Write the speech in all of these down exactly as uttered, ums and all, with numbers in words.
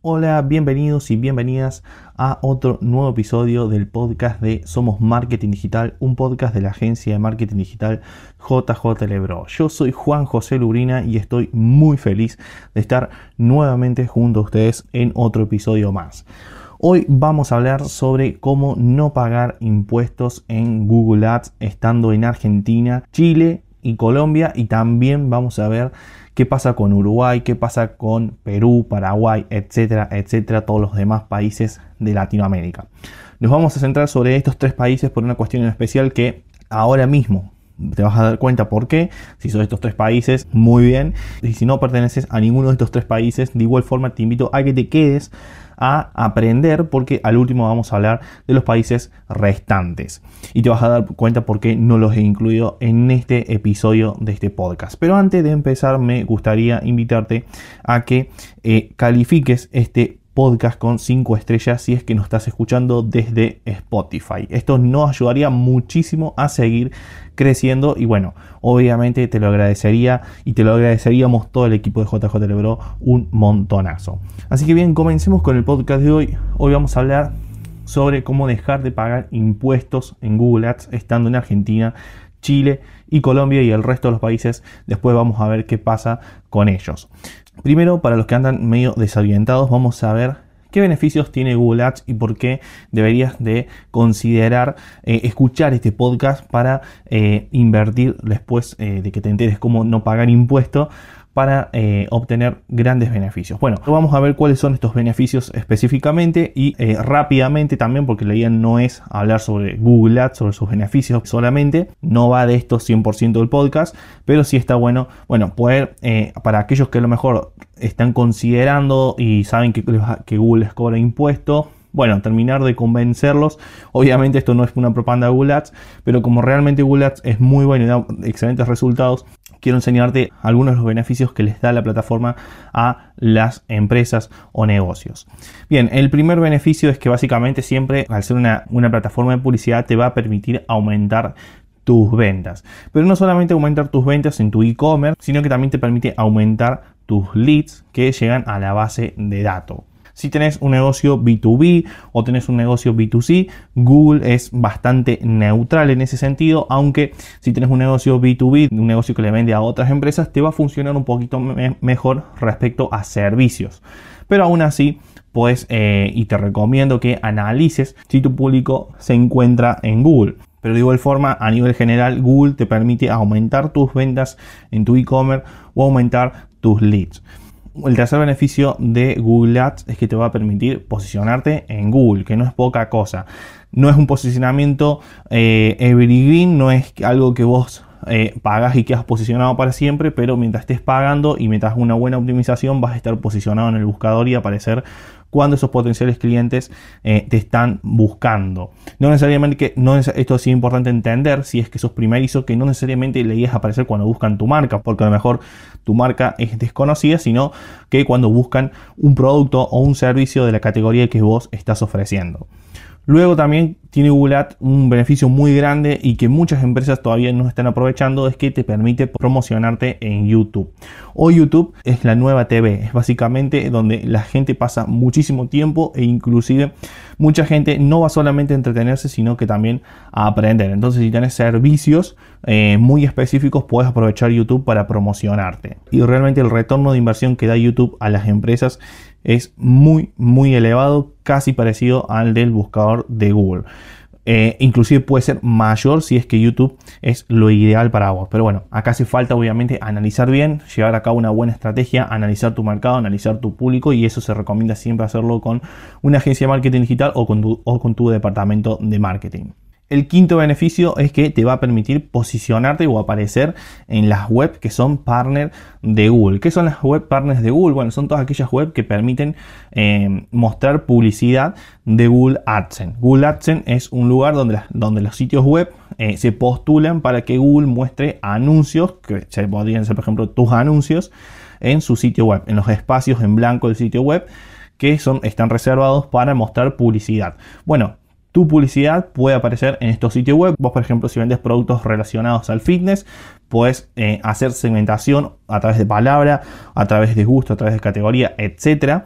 Hola, bienvenidos y bienvenidas a otro nuevo episodio del podcast de Somos Marketing Digital, un podcast de la agencia de marketing digital J J Lebro. Yo soy Juan José Lubrina y estoy muy feliz de estar nuevamente junto a ustedes en otro episodio más. Hoy vamos a hablar sobre cómo no pagar impuestos en Google Ads estando en Argentina, Chile y Colombia, y también vamos a ver qué pasa con Uruguay, qué pasa con Perú, Paraguay, etcétera, etcétera, todos los demás países de Latinoamérica. Nos vamos a centrar sobre estos tres países por una cuestión en especial que ahora mismo te vas a dar cuenta por qué. Si sos de estos tres países, muy bien. Y si no perteneces a ninguno de estos tres países, de igual forma te invito a que te quedes a aprender, porque al último vamos a hablar de los países restantes y te vas a dar cuenta por qué no los he incluido en este episodio de este podcast. Pero antes de empezar, me gustaría invitarte a que eh, califiques este podcast con cinco estrellas si es que nos estás escuchando desde Spotify. Esto nos ayudaría muchísimo a seguir creciendo y bueno, obviamente te lo agradecería y te lo agradeceríamos todo el equipo de J J Lebro un montonazo. Así que bien, comencemos con el podcast de hoy. Hoy vamos a hablar sobre cómo dejar de pagar impuestos en Google Ads estando en Argentina, Chile y Colombia y el resto de los países. Después vamos a ver qué pasa con ellos. Primero, para los que andan medio desorientados, vamos a ver qué beneficios tiene Google Ads y por qué deberías de considerar eh, escuchar este podcast para eh, invertir después eh, de que te enteres cómo no pagar impuestos para eh, obtener grandes beneficios. Bueno, vamos a ver cuáles son estos beneficios específicamente y eh, rápidamente también, porque la idea no es hablar sobre Google Ads, sobre sus beneficios solamente, no va de esto cien por ciento del podcast, pero sí está bueno, bueno, poder, eh, para aquellos que a lo mejor están considerando y saben que, que Google les cobra impuesto, bueno, terminar de convencerlos. Obviamente esto no es una propaganda de Google Ads, pero como realmente Google Ads es muy bueno y da excelentes resultados, quiero enseñarte algunos de los beneficios que les da la plataforma a las empresas o negocios. Bien, el primer beneficio es que básicamente siempre, al ser una, una plataforma de publicidad, te va a permitir aumentar tus ventas. Pero no solamente aumentar tus ventas en tu e-commerce, sino que también te permite aumentar tus leads que llegan a la base de datos. Si tenés un negocio B dos B o tenés un negocio B dos C, Google es bastante neutral en ese sentido, aunque si tenés un negocio B dos B, un negocio que le vende a otras empresas, te va a funcionar un poquito me- mejor respecto a servicios. Pero aún así, pues, eh, y te recomiendo que analices si tu público se encuentra en Google. Pero de igual forma, a nivel general, Google te permite aumentar tus ventas en tu e-commerce o aumentar tus leads. El tercer beneficio de Google Ads es que te va a permitir posicionarte en Google, que no es poca cosa. No es un posicionamiento eh, evergreen, no es algo que vos eh, pagas y quedas posicionado para siempre, pero mientras estés pagando y mientras una buena optimización vas a estar posicionado en el buscador y aparecer cuando esos potenciales clientes eh, te están buscando. No necesariamente que, no, esto sí es importante entender si es que sos primerizo, que no necesariamente le ibas a aparecer cuando buscan tu marca, porque a lo mejor tu marca es desconocida, sino que cuando buscan un producto o un servicio de la categoría que vos estás ofreciendo. Luego también tiene Google Ads un beneficio muy grande y que muchas empresas todavía no están aprovechando, es que te permite promocionarte en YouTube. Hoy YouTube es la nueva T V, es básicamente donde la gente pasa muchísimo tiempo e inclusive mucha gente no va solamente a entretenerse, sino que también a aprender. Entonces, si tenés servicios eh, muy específicos, puedes aprovechar YouTube para promocionarte. Y realmente el retorno de inversión que da YouTube a las empresas es muy muy elevado, casi parecido al del buscador de Google. Eh, inclusive puede ser mayor si es que YouTube es lo ideal para vos. Pero bueno, acá hace falta obviamente analizar bien, llevar a cabo una buena estrategia, analizar tu mercado, analizar tu público, y eso se recomienda siempre hacerlo con una agencia de marketing digital o con tu, o con tu departamento de marketing. El quinto beneficio es que te va a permitir posicionarte o aparecer en las webs que son partner de Google. ¿Qué son las web partners de Google? Bueno, son todas aquellas webs que permiten eh, mostrar publicidad de Google AdSense. Google AdSense es un lugar donde, las, donde los sitios web eh, se postulan para que Google muestre anuncios, que se podrían ser, por ejemplo, tus anuncios en su sitio web, en los espacios en blanco del sitio web que son, están reservados para mostrar publicidad. Bueno, tu publicidad puede aparecer en estos sitios web. Vos, por ejemplo, si vendes productos relacionados al fitness, puedes eh, hacer segmentación a través de palabra, a través de gusto, a través de categoría, etcétera,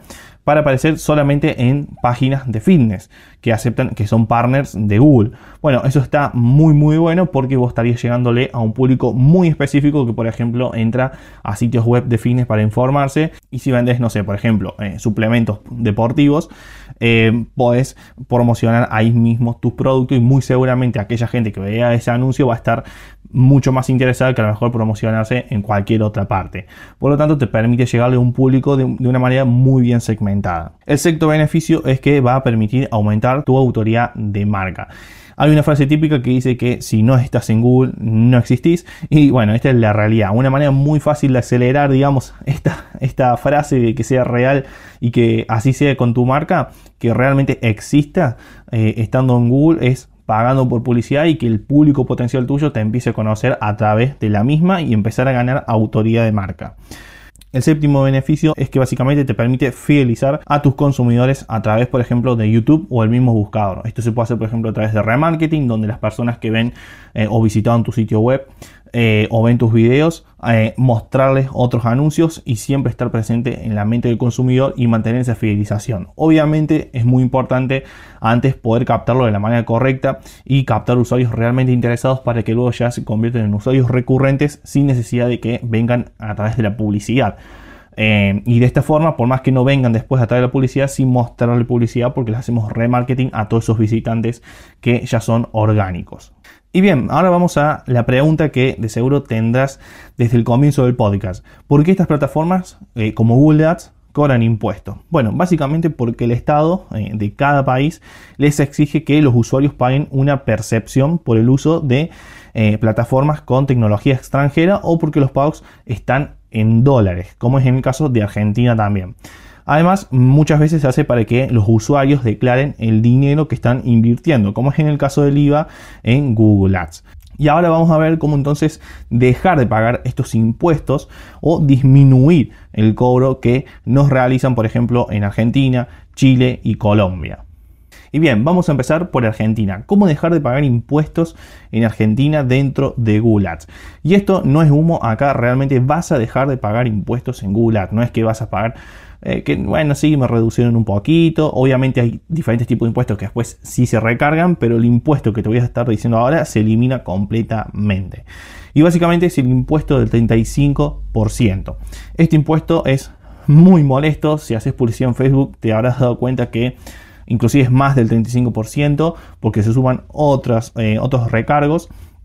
para aparecer solamente en páginas de fitness que aceptan, que son partners de Google. Bueno, eso está muy muy bueno porque vos estarías llegándole a un público muy específico que, por ejemplo, entra a sitios web de fitness para informarse, y si vendes, no sé, por ejemplo, eh, suplementos deportivos, eh, podés promocionar ahí mismo tus productos, y muy seguramente aquella gente que vea ese anuncio va a estar mucho más interesada que a lo mejor promocionarse en cualquier otra parte. Por lo tanto, te permite llegarle a un público de, de una manera muy bien segmentada. El sexto beneficio es que va a permitir aumentar tu autoridad de marca. Hay una frase típica que dice que si no estás en Google no existís, y bueno, esta es la realidad. Una manera muy fácil de acelerar, digamos, esta, esta frase de que sea real y que así sea con tu marca, que realmente exista eh, estando en Google, es pagando por publicidad y que el público potencial tuyo te empiece a conocer a través de la misma y empezar a ganar autoridad de marca. El séptimo beneficio es que básicamente te permite fidelizar a tus consumidores a través, por ejemplo, de YouTube o el mismo buscador. Esto se puede hacer, por ejemplo, a través de remarketing, donde las personas que ven eh, o visitaron tu sitio web eh, o ven tus videos, eh, mostrarles otros anuncios y siempre estar presente en la mente del consumidor y mantener esa fidelización. Obviamente es muy importante antes poder captarlo de la manera correcta y captar usuarios realmente interesados para que luego ya se conviertan en usuarios recurrentes sin necesidad de que vengan a través de la publicidad. Eh, y de esta forma, por más que no vengan después a través de la publicidad, sin mostrarle publicidad, porque les hacemos remarketing a todos esos visitantes que ya son orgánicos. Y bien, ahora vamos a la pregunta que de seguro tendrás desde el comienzo del podcast. ¿Por qué estas plataformas eh, como Google Ads cobran impuestos? Bueno, básicamente porque el Estado eh, de cada país les exige que los usuarios paguen una percepción por el uso de eh, plataformas con tecnología extranjera, o porque los pagos están en dólares, como es en el caso de Argentina también. Además, muchas veces se hace para que los usuarios declaren el dinero que están invirtiendo, como es en el caso del I V A en Google Ads. Y ahora vamos a ver cómo entonces dejar de pagar estos impuestos o disminuir el cobro que nos realizan, por ejemplo, en Argentina, Chile y Colombia. Y bien, vamos a empezar por Argentina. ¿Cómo dejar de pagar impuestos en Argentina dentro de Google Ads? Y esto no es humo, acá realmente vas a dejar de pagar impuestos en Google Ads. No es que vas a pagar, eh, que bueno, sí, me reducieron un poquito. Obviamente hay diferentes tipos de impuestos que después sí se recargan, pero el impuesto que te voy a estar diciendo ahora se elimina completamente. Y básicamente es el impuesto del treinta y cinco por ciento. Este impuesto es muy molesto. Si haces publicidad en Facebook te habrás dado cuenta que inclusive es más del treinta y cinco por ciento, porque se suman otras, eh, otros recargos.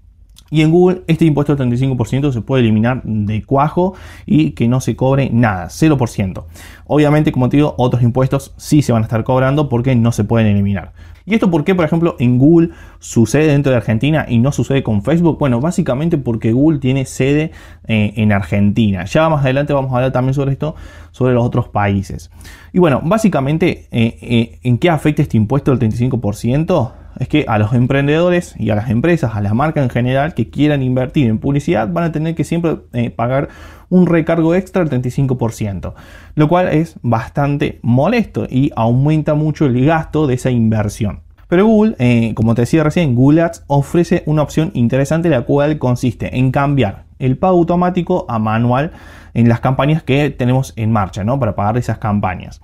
Y en Google este impuesto del treinta y cinco por ciento se puede eliminar de cuajo y que no se cobre nada, cero por ciento. Obviamente, como te digo, otros impuestos sí se van a estar cobrando porque no se pueden eliminar. ¿Y esto por qué, por ejemplo, en Google sucede dentro de Argentina y no sucede con Facebook? Bueno, básicamente porque Google tiene sede eh, en Argentina. Ya más adelante vamos a hablar también sobre esto, sobre los otros países. Y bueno, básicamente, eh, eh, ¿en qué afecta este impuesto del treinta y cinco por ciento? Es que a los emprendedores y a las empresas, a las marcas en general que quieran invertir en publicidad, van a tener que siempre eh, pagar un recargo extra del treinta y cinco por ciento, lo cual es bastante molesto y aumenta mucho el gasto de esa inversión. Pero Google, eh, como te decía recién, Google Ads ofrece una opción interesante, la cual consiste en cambiar el pago automático a manual en las campañas que tenemos en marcha, ¿no? Para pagar esas campañas.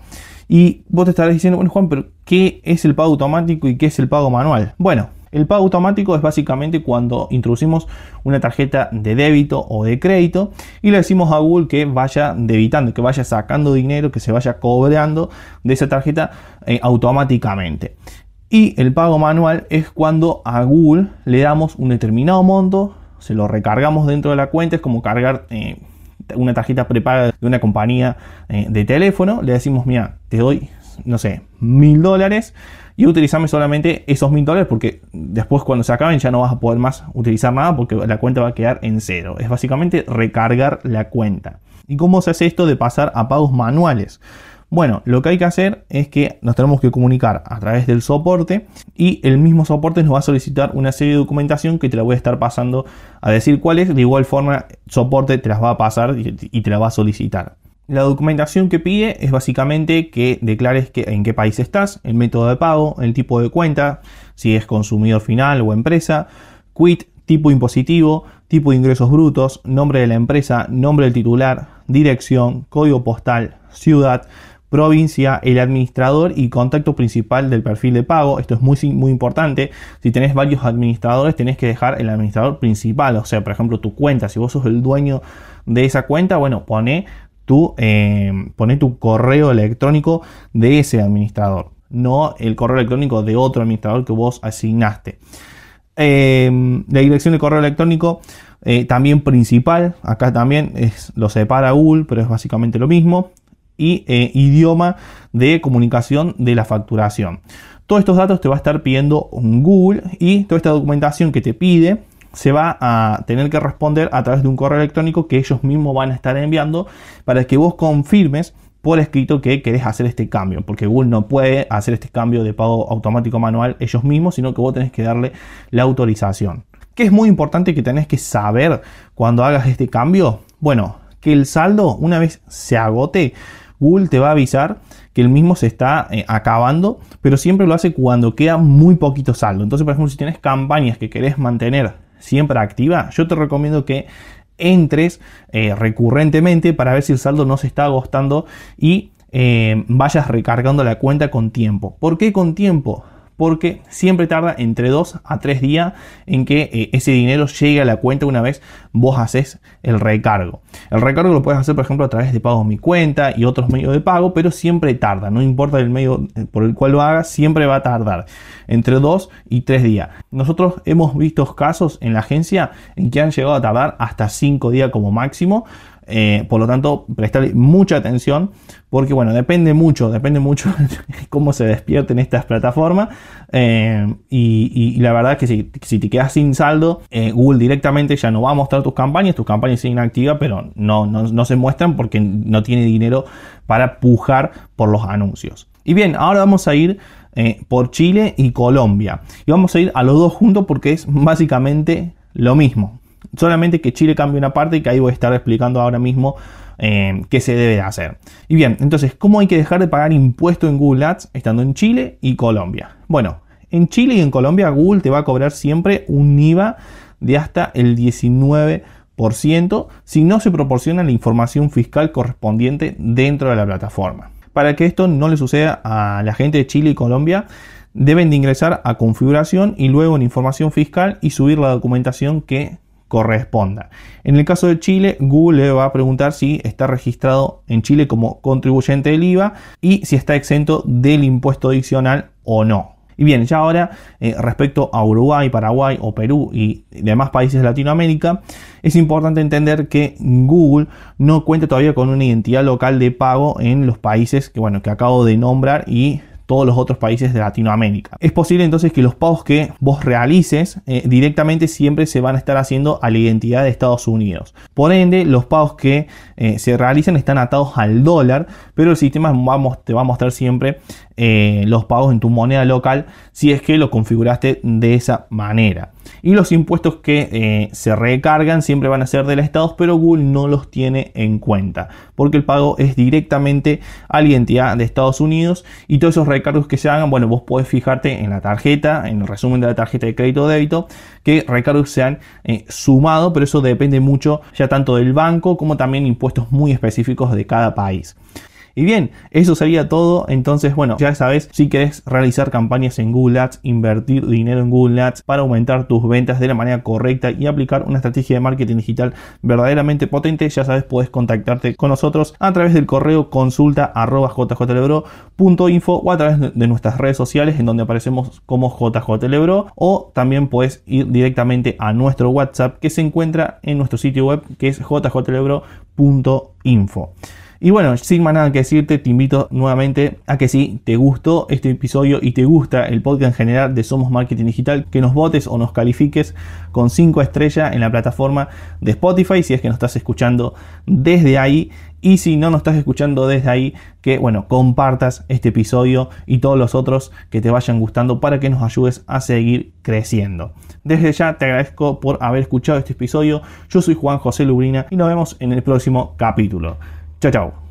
Y vos te estarás diciendo, bueno, Juan, pero ¿qué es el pago automático y qué es el pago manual? Bueno, el pago automático es básicamente cuando introducimos una tarjeta de débito o de crédito y le decimos a Google que vaya debitando, que vaya sacando dinero, que se vaya cobrando de esa tarjeta eh, automáticamente. Y el pago manual es cuando a Google le damos un determinado monto, se lo recargamos dentro de la cuenta, es como cargar eh, una tarjeta prepaga de una compañía eh, de teléfono. Le decimos, mira, te doy, no sé, mil dólares y utilizame solamente esos mil dólares, porque después cuando se acaben ya no vas a poder más utilizar nada porque la cuenta va a quedar en cero. Es básicamente recargar la cuenta. ¿Y cómo se hace esto de pasar a pagos manuales? Bueno, lo que hay que hacer es que nos tenemos que comunicar a través del soporte y el mismo soporte nos va a solicitar una serie de documentación que te la voy a estar pasando a decir cuál es. De igual forma, soporte te las va a pasar y te la va a solicitar. La documentación que pide es básicamente que declares que, en qué país estás, el método de pago, el tipo de cuenta, si es consumidor final o empresa, quit, tipo impositivo, tipo de ingresos brutos, nombre de la empresa, nombre del titular, dirección, código postal, ciudad, provincia, el administrador y contacto principal del perfil de pago. Esto es muy, muy importante. Si tenés varios administradores, tenés que dejar el administrador principal, o sea, por ejemplo, tu cuenta. Si vos sos el dueño de esa cuenta, bueno, poné tu, eh, poné tu correo electrónico de ese administrador, no el correo electrónico de otro administrador que vos asignaste. Eh, la dirección de correo electrónico eh, también principal, acá también es, lo separa Google, pero es básicamente lo mismo. Y eh, idioma de comunicación de la facturación. Todos estos datos te va a estar pidiendo Google, y toda esta documentación que te pide se va a tener que responder a través de un correo electrónico que ellos mismos van a estar enviando para que vos confirmes por escrito que querés hacer este cambio, porque Google no puede hacer este cambio de pago automático manual ellos mismos, sino que vos tenés que darle la autorización. ¿Qué es muy importante que tenés que saber cuando hagas este cambio? Bueno, que el saldo, una vez se agote, Google te va a avisar que el mismo se está eh, acabando, pero siempre lo hace cuando queda muy poquito saldo. Entonces, por ejemplo, si tienes campañas que querés mantener siempre activa, yo te recomiendo que entres eh, recurrentemente para ver si el saldo no se está agotando y eh, vayas recargando la cuenta con tiempo. ¿Por qué con tiempo? Porque siempre tarda entre dos a tres días en que eh, ese dinero llegue a la cuenta una vez vos haces el recargo. El recargo lo puedes hacer, por ejemplo, a través de Pago Mi Cuenta y otros medios de pago, pero siempre tarda. No importa el medio por el cual lo hagas, siempre va a tardar entre dos y tres días. Nosotros hemos visto casos en la agencia en que han llegado a tardar hasta cinco días como máximo. Eh, por lo tanto, prestarle mucha atención, porque bueno, depende mucho, depende mucho cómo se despierten estas plataformas. Eh, y, y, y la verdad es que si, si te quedas sin saldo, eh, Google directamente ya no va a mostrar tus campañas. Tus campañas siguen activas, pero no, no, no se muestran porque no tiene dinero para pujar por los anuncios. Y bien, ahora vamos a ir eh, por Chile y Colombia. Y vamos a ir a los dos juntos porque es básicamente lo mismo. Solamente que Chile cambia una parte y que ahí voy a estar explicando ahora mismo eh, qué se debe de hacer. Y bien, entonces, ¿cómo hay que dejar de pagar impuestos en Google Ads estando en Chile y Colombia? Bueno, en Chile y en Colombia Google te va a cobrar siempre un I V A de hasta el diecinueve por ciento si no se proporciona la información fiscal correspondiente dentro de la plataforma. Para que esto no le suceda a la gente de Chile y Colombia, deben de ingresar a configuración y luego en información fiscal y subir la documentación que corresponda. En el caso de Chile, Google le va a preguntar si está registrado en Chile como contribuyente del I V A y si está exento del impuesto adicional o no. Y bien, ya ahora eh, respecto a Uruguay, Paraguay o Perú y demás países de Latinoamérica, es importante entender que Google no cuenta todavía con una identidad local de pago en los países que, bueno, que acabo de nombrar y todos los otros países de Latinoamérica. Es posible entonces que los pagos que vos realices eh, directamente siempre se van a estar haciendo a la identidad de Estados Unidos. Por ende, los pagos que eh, se realizan están atados al dólar, pero el sistema vamos, te va a mostrar siempre eh, los pagos en tu moneda local si es que lo configuraste de esa manera. Y los impuestos que eh, se recargan siempre van a ser del Estado, pero Google no los tiene en cuenta porque el pago es directamente a la identidad de Estados Unidos y todos esos recargos que se hagan, bueno, vos podés fijarte en la tarjeta, en el resumen de la tarjeta de crédito o débito, que recargos se han eh, sumado, pero eso depende mucho ya tanto del banco como también impuestos muy específicos de cada país. Y bien, eso sería todo. Entonces, bueno, ya sabes, si querés realizar campañas en Google Ads, invertir dinero en Google Ads para aumentar tus ventas de la manera correcta y aplicar una estrategia de marketing digital verdaderamente potente, ya sabes, puedes contactarte con nosotros a través del correo consulta arroba jjlebro punto info o a través de nuestras redes sociales en donde aparecemos como jjlebro, o también puedes ir directamente a nuestro WhatsApp que se encuentra en nuestro sitio web que es jjlebro punto info. Y bueno, sin más nada que decirte, te invito nuevamente a que si te gustó este episodio y te gusta el podcast en general de Somos Marketing Digital, que nos votes o nos califiques con cinco estrellas en la plataforma de Spotify, si es que nos estás escuchando desde ahí. Y si no nos estás escuchando desde ahí, que bueno, compartas este episodio y todos los otros que te vayan gustando para que nos ayudes a seguir creciendo. Desde ya te agradezco por haber escuchado este episodio. Yo soy Juan José Lubrina y nos vemos en el próximo capítulo. Chao, chao.